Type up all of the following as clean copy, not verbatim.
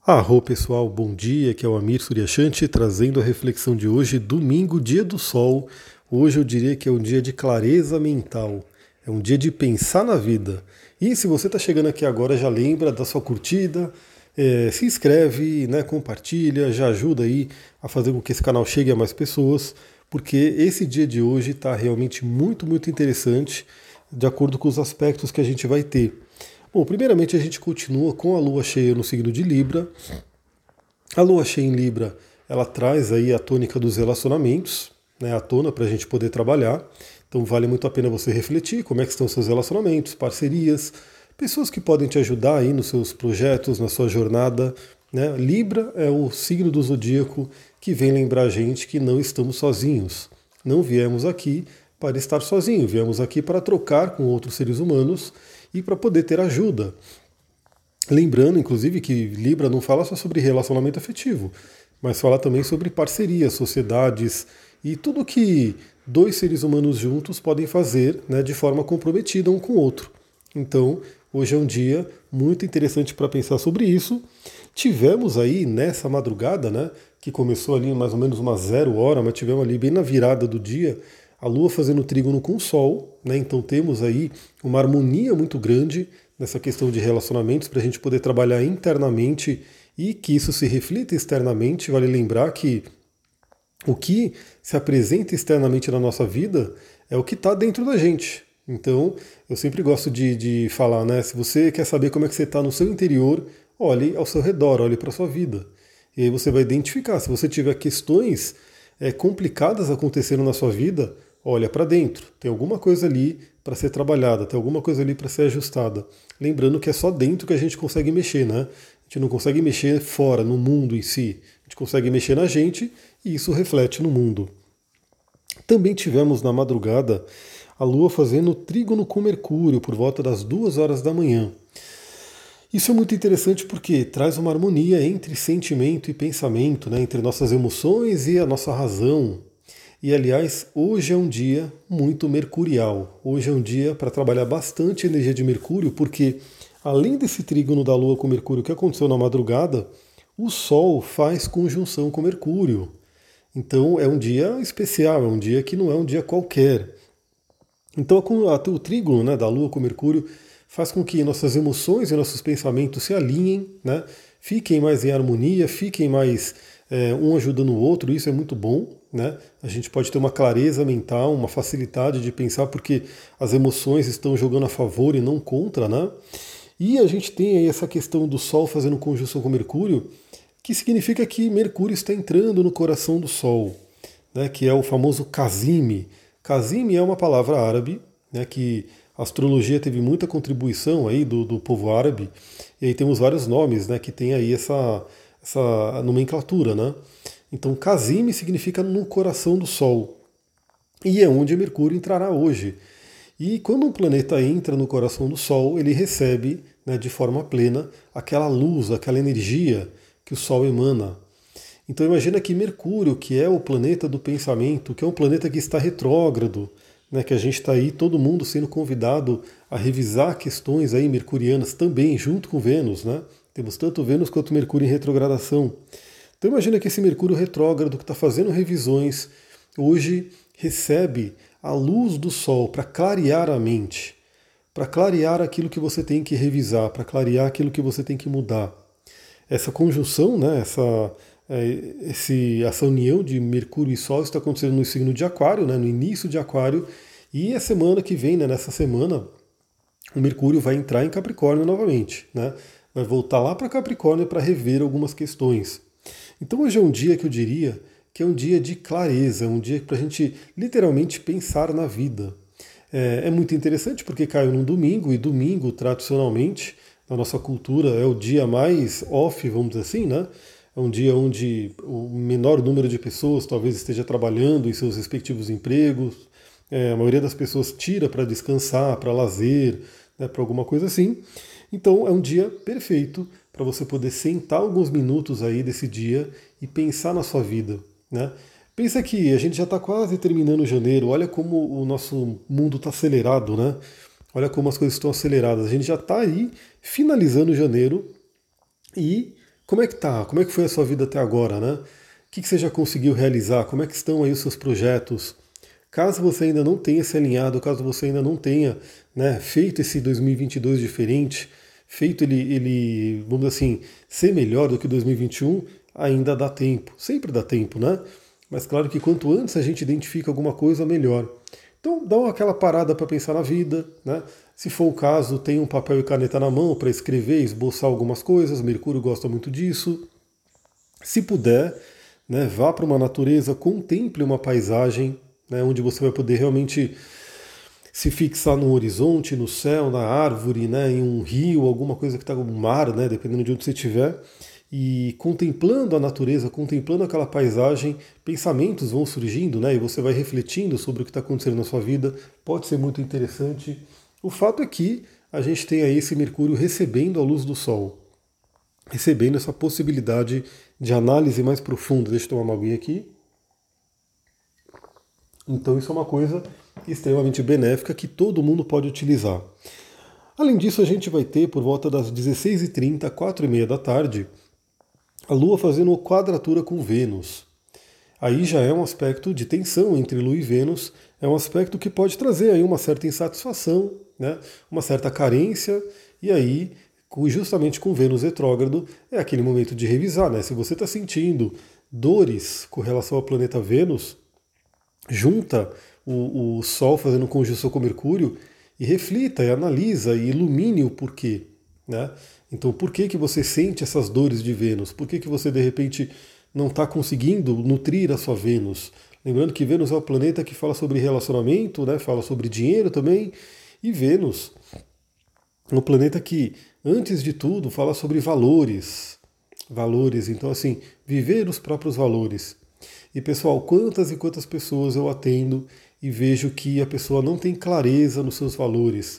Arro pessoal, bom dia, aqui é o Amir Suryashanti trazendo a reflexão de hoje, domingo, dia do sol. Hoje eu diria que é um dia de clareza mental, é um dia de pensar na vida. E se você está chegando aqui agora, já lembra da sua curtida, se inscreve, né, compartilha, já ajuda aí a fazer com que esse canal chegue a mais pessoas, porque esse dia de hoje está realmente muito interessante, de acordo com os aspectos que a gente vai ter. Bom, primeiramente a gente continua com a lua cheia no signo de Libra. A lua cheia em Libra, ela traz aí a tônica dos relacionamentos, né, à tona para a gente poder trabalhar. Então vale muito a pena você refletir como é que estão seus relacionamentos, parcerias, pessoas que podem te ajudar aí nos seus projetos, na sua jornada. Né? Libra é o signo do zodíaco que vem lembrar a gente que não estamos sozinhos. Não viemos aqui para estar sozinhos, viemos aqui para trocar com outros seres humanos e para poder ter ajuda. Lembrando, inclusive, que Libra não fala só sobre relacionamento afetivo, mas fala também sobre parcerias, sociedades e tudo que dois seres humanos juntos podem fazer, né, de forma comprometida um com o outro. Então, hoje é um dia muito interessante para pensar sobre isso. Tivemos aí nessa madrugada, né, que começou ali mais ou menos umas 0 hora, mas tivemos ali bem na virada do dia, a Lua fazendo trígono com o Sol, né, então temos aí uma harmonia muito grande nessa questão de relacionamentos para a gente poder trabalhar internamente e que isso se reflita externamente. Vale lembrar que o que se apresenta externamente na nossa vida é o que está dentro da gente. Então, eu sempre gosto de falar, né? Se você quer saber como é que você está no seu interior, olhe ao seu redor, olhe para a sua vida. E aí você vai identificar. Se você tiver questões complicadas acontecendo na sua vida, olha para dentro. Tem alguma coisa ali para ser trabalhada, tem alguma coisa ali para ser ajustada. Lembrando que é só dentro que a gente consegue mexer, né? A gente não consegue mexer fora, no mundo em si. A gente consegue mexer na gente e isso reflete no mundo. Também tivemos na madrugada a Lua fazendo trígono com Mercúrio por volta das 2 horas da manhã. Isso é muito interessante porque traz uma harmonia entre sentimento e pensamento, né, entre nossas emoções e a nossa razão. E aliás, hoje é um dia muito mercurial. Hoje é um dia para trabalhar bastante a energia de Mercúrio, porque além desse trígono da Lua com Mercúrio que aconteceu na madrugada, o Sol faz conjunção com Mercúrio. Então é um dia especial, é um dia que não é um dia qualquer. Então o trígono, né, da Lua com Mercúrio faz com que nossas emoções e nossos pensamentos se alinhem, né, fiquem mais em harmonia, fiquem mais um ajudando o outro. Isso é muito bom. Né? A gente pode ter uma clareza mental, uma facilidade de pensar, porque as emoções estão jogando a favor e não contra. Né? E a gente tem aí essa questão do Sol fazendo conjunção com Mercúrio, que significa que Mercúrio está entrando no coração do Sol, né, que é o famoso Kazimi. Kazimi é uma palavra árabe, né, que a astrologia teve muita contribuição aí do povo árabe, e aí temos vários nomes, né, que tem aí essa nomenclatura. Né? Então Kazimi significa no coração do Sol, e é onde Mercúrio entrará hoje. E quando um planeta entra no coração do Sol, ele recebe, né, de forma plena aquela luz, aquela energia que o Sol emana. Então imagina que Mercúrio, que é o planeta do pensamento, que é um planeta que está retrógrado, né, que a gente está aí, todo mundo sendo convidado a revisar questões aí mercurianas também, junto com Vênus. Né? Temos tanto Vênus quanto Mercúrio em retrogradação. Então imagina que esse Mercúrio retrógrado que está fazendo revisões, hoje recebe a luz do Sol para clarear a mente, para clarear aquilo que você tem que revisar, para clarear aquilo que você tem que mudar. Essa conjunção, né, essa união de Mercúrio e Sol está acontecendo no signo de Aquário, né, no início de Aquário, e a semana que vem, né, nessa semana, o Mercúrio vai entrar em Capricórnio novamente, né, vai voltar lá para Capricórnio para rever algumas questões. Então hoje é um dia que eu diria que é um dia de clareza, um dia para a gente literalmente pensar na vida. É muito interessante porque caiu num domingo, e domingo, tradicionalmente, na nossa cultura, é o dia mais off, vamos dizer assim, né? É um dia onde o menor número de pessoas talvez esteja trabalhando em seus respectivos empregos. A maioria das pessoas tira para descansar, para lazer, né, para alguma coisa assim. Então é um dia perfeito para você poder sentar alguns minutos aí desse dia e pensar na sua vida. Né? Pensa que a gente já está quase terminando janeiro, olha como o nosso mundo está acelerado, né? Olha como as coisas estão aceleradas. A gente já está aí finalizando janeiro e Como é que tá? Como é que foi a sua vida até agora, né? O que você já conseguiu realizar? Como é que estão aí os seus projetos? Caso você ainda não tenha se alinhado, caso você ainda não tenha, né, feito esse 2022 diferente, feito ele, vamos dizer assim, ser melhor do que 2021, ainda dá tempo. Sempre dá tempo, né? Mas claro que quanto antes a gente identifica alguma coisa, melhor. Então dá aquela parada para pensar na vida, né? Se for o caso, tem um papel e caneta na mão para escrever, esboçar algumas coisas. Mercúrio gosta muito disso. Se puder, né, vá para uma natureza, contemple uma paisagem, né, onde você vai poder realmente se fixar no horizonte, no céu, na árvore, né, em um rio, alguma coisa que está no mar, né, dependendo de onde você estiver, e contemplando a natureza, contemplando aquela paisagem, pensamentos vão surgindo, né, e você vai refletindo sobre o que está acontecendo na sua vida. Pode ser muito interessante. O fato é que a gente tem aí esse Mercúrio recebendo a luz do Sol, recebendo essa possibilidade de análise mais profunda. Deixa eu tomar uma aguinha aqui. Então isso é uma coisa extremamente benéfica que todo mundo pode utilizar. Além disso, a gente vai ter por volta das 16h30, 4h30 da tarde, a Lua fazendo quadratura com Vênus. Aí já é um aspecto de tensão entre Lua e Vênus, é um aspecto que pode trazer aí uma certa insatisfação, né, uma certa carência, e aí, justamente com Vênus retrógrado, é aquele momento de revisar, né? Se você está sentindo dores com relação ao planeta Vênus, junta o Sol fazendo conjunção com Mercúrio e reflita, e analisa e ilumine o porquê, né? Então, por que que você sente essas dores de Vênus? Por que que você, de repente, não está conseguindo nutrir a sua Vênus? Lembrando que Vênus é o planeta que fala sobre relacionamento, né? Fala sobre dinheiro também, e Vênus é um planeta que, antes de tudo, fala sobre valores. Valores, então assim, viver os próprios valores. E pessoal, quantas e quantas pessoas eu atendo e vejo que a pessoa não tem clareza nos seus valores.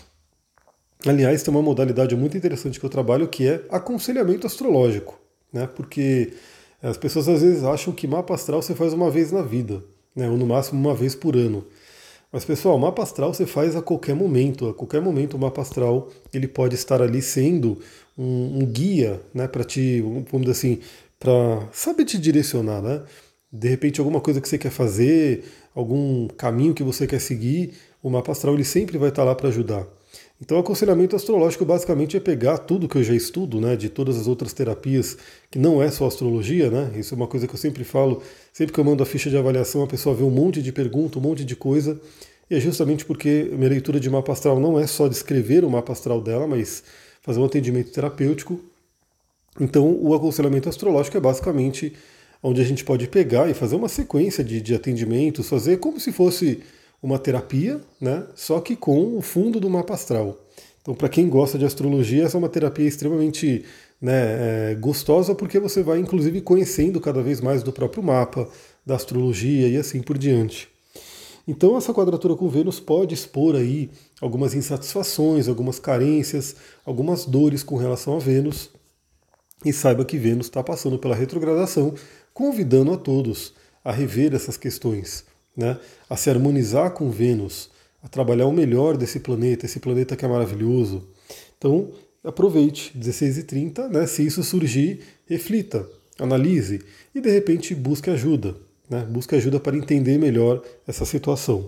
Aliás, tem uma modalidade muito interessante que eu trabalho que é aconselhamento astrológico, né? Porque as pessoas às vezes acham que mapa astral você faz uma vez na vida, né? Ou no máximo uma vez por ano. Mas pessoal, mapa astral você faz a qualquer momento o mapa astral ele pode estar ali sendo um guia, né? Para te, vamos dizer assim, para saber te direcionar, né? De repente alguma coisa que você quer fazer, algum caminho que você quer seguir, o mapa astral ele sempre vai estar lá para ajudar. Então, o aconselhamento astrológico basicamente é pegar tudo que eu já estudo, né, de todas as outras terapias, que não é só astrologia, né? Isso é uma coisa que eu sempre falo, sempre que eu mando a ficha de avaliação, a pessoa vê um monte de pergunta, um monte de coisa, e é justamente porque minha leitura de mapa astral não é só descrever o mapa astral dela, mas fazer um atendimento terapêutico. Então, o aconselhamento astrológico é basicamente onde a gente pode pegar e fazer uma sequência de atendimentos, fazer como se fosse uma terapia, né? Só que com o fundo do mapa astral. Então, para quem gosta de astrologia, essa é uma terapia extremamente, né, gostosa, porque você vai, inclusive, conhecendo cada vez mais do próprio mapa, da astrologia e assim por diante. Então, essa quadratura com Vênus pode expor aí algumas insatisfações, algumas carências, algumas dores com relação a Vênus. E saiba que Vênus está passando pela retrogradação, convidando a todos a rever essas questões, né? A se harmonizar com Vênus, a trabalhar o melhor desse planeta, esse planeta que é maravilhoso. Então, aproveite, 16h30, né? Se isso surgir, reflita, analise e de repente busque ajuda, né? Busque ajuda para entender melhor essa situação.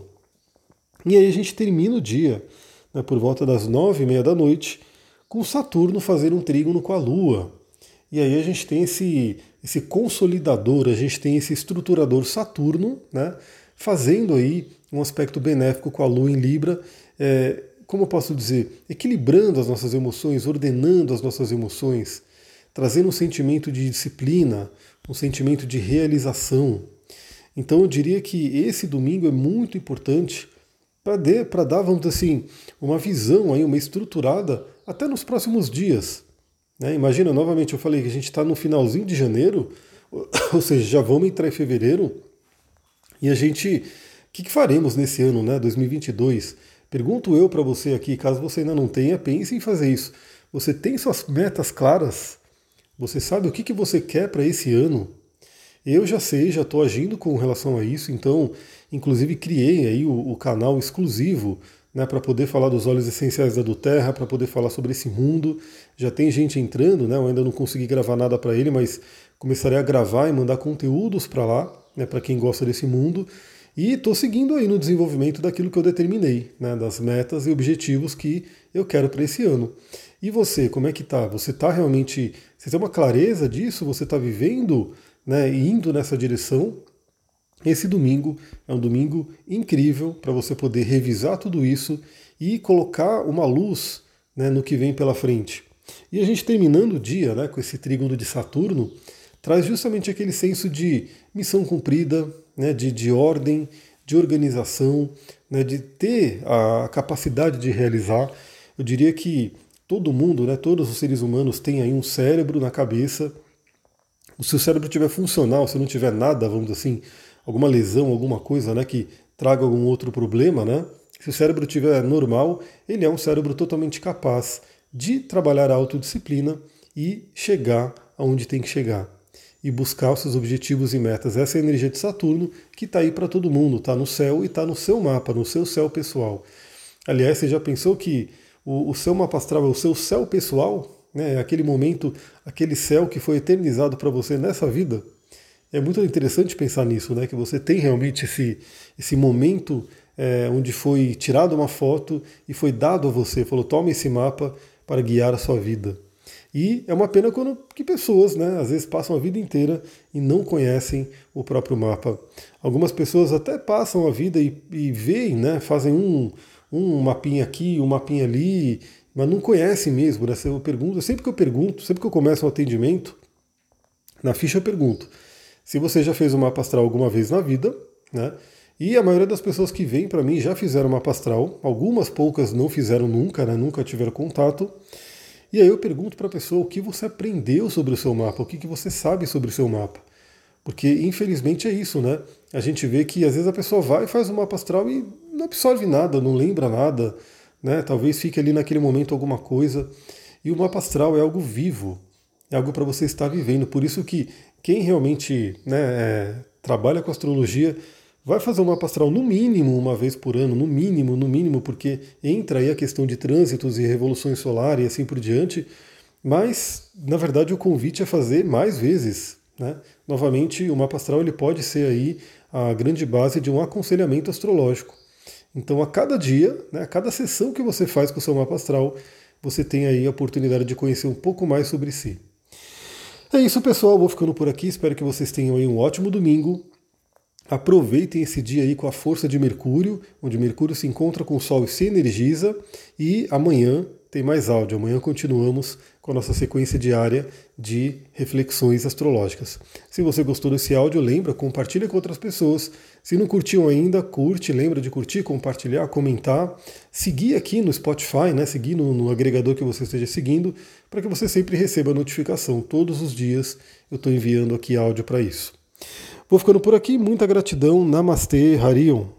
E aí a gente termina o dia, né, por volta das 9h30 da noite, com Saturno fazendo um trígono com a Lua. E aí a gente tem esse consolidador, a gente tem esse estruturador Saturno, né, fazendo aí um aspecto benéfico com a Lua em Libra, como eu posso dizer, equilibrando as nossas emoções, ordenando as nossas emoções, trazendo um sentimento de disciplina, um sentimento de realização. Então eu diria que esse domingo é muito importante para dar, vamos dizer assim, uma visão aí, uma estruturada até nos próximos dias. Né? Imagina, novamente, eu falei que a gente está no finalzinho de janeiro, ou seja, já vamos entrar em fevereiro, e a gente, o que faremos nesse ano, né, 2022? Pergunto eu para você aqui, caso você ainda não tenha, pense em fazer isso. Você tem suas metas claras? Você sabe o que você quer para esse ano? Eu já sei, já estou agindo com relação a isso, então, inclusive criei aí o canal exclusivo, né, para poder falar dos óleos essenciais da doTERRA, para poder falar sobre esse mundo. Já tem gente entrando, né, eu ainda não consegui gravar nada para ele, mas começarei a gravar e mandar conteúdos para lá, né, para quem gosta desse mundo. E estou seguindo aí no desenvolvimento daquilo que eu determinei, né, das metas e objetivos que eu quero para esse ano. E você, como é que tá? Você está realmente, você tem uma clareza disso? Você está vivendo, né, e indo nessa direção? Esse domingo é um domingo incrível para você poder revisar tudo isso e colocar uma luz, né, no que vem pela frente. E a gente terminando o dia, né, com esse trígono de Saturno, traz justamente aquele senso de missão cumprida, né, de ordem, de organização, né, de ter a capacidade de realizar. Eu diria que todo mundo, né, todos os seres humanos têm aí um cérebro na cabeça. Se o cérebro estiver funcional, se não tiver nada, vamos dizer assim, alguma lesão, alguma coisa, né, que traga algum outro problema, né, se o cérebro estiver normal, ele é um cérebro totalmente capaz de trabalhar a autodisciplina e chegar aonde tem que chegar e buscar os seus objetivos e metas. Essa é a energia de Saturno que está aí para todo mundo, está no céu e está no seu mapa, no seu céu pessoal. Aliás, você já pensou que o seu mapa astral é o seu céu pessoal? Né? É aquele momento, aquele céu que foi eternizado para você nessa vida? É muito interessante pensar nisso, né? Que você tem realmente esse momento onde foi tirada uma foto e foi dado a você, falou, toma esse mapa para guiar a sua vida. E é uma pena que pessoas, né, às vezes passam a vida inteira e não conhecem o próprio mapa. Algumas pessoas até passam a vida e veem, né, fazem um mapinha aqui, um mapinha ali, mas não conhecem mesmo. Né? Sempre que eu começo um atendimento, na ficha eu pergunto se você já fez um mapa astral alguma vez na vida, né? E a maioria das pessoas que vêm para mim já fizeram mapa astral, algumas poucas não fizeram nunca, né? Nunca tiveram contato. E aí eu pergunto para a pessoa o que você aprendeu sobre o seu mapa, o que você sabe sobre o seu mapa. Porque infelizmente é isso, né? A gente vê que às vezes a pessoa vai e faz um mapa astral e não absorve nada, não lembra nada, né? Talvez fique ali naquele momento alguma coisa. E o mapa astral é algo vivo, é algo para você estar vivendo. Por isso que quem realmente, né, trabalha com astrologia vai fazer um mapa astral no mínimo uma vez por ano, no mínimo, porque entra aí a questão de trânsitos e revoluções solares e assim por diante, mas na verdade o convite é fazer mais vezes. Né? Novamente, o mapa astral ele pode ser aí a grande base de um aconselhamento astrológico. Então a cada dia, né, a cada sessão que você faz com o seu mapa astral, você tem aí a oportunidade de conhecer um pouco mais sobre si. É isso, pessoal. Vou ficando por aqui. Espero que vocês tenham aí um ótimo domingo. Aproveitem esse dia aí com a força de Mercúrio, onde Mercúrio se encontra com o Sol e se energiza. E amanhã tem mais áudio. Amanhã continuamos com a nossa sequência diária de reflexões astrológicas. Se você gostou desse áudio, lembra, compartilha com outras pessoas. Se não curtiu ainda, curte, lembra de curtir, compartilhar, comentar. Seguir aqui no Spotify, né? Seguir no agregador que você esteja seguindo, para que você sempre receba a notificação. Todos os dias eu estou enviando aqui áudio para isso. Vou ficando por aqui, muita gratidão. Namastê, Harion.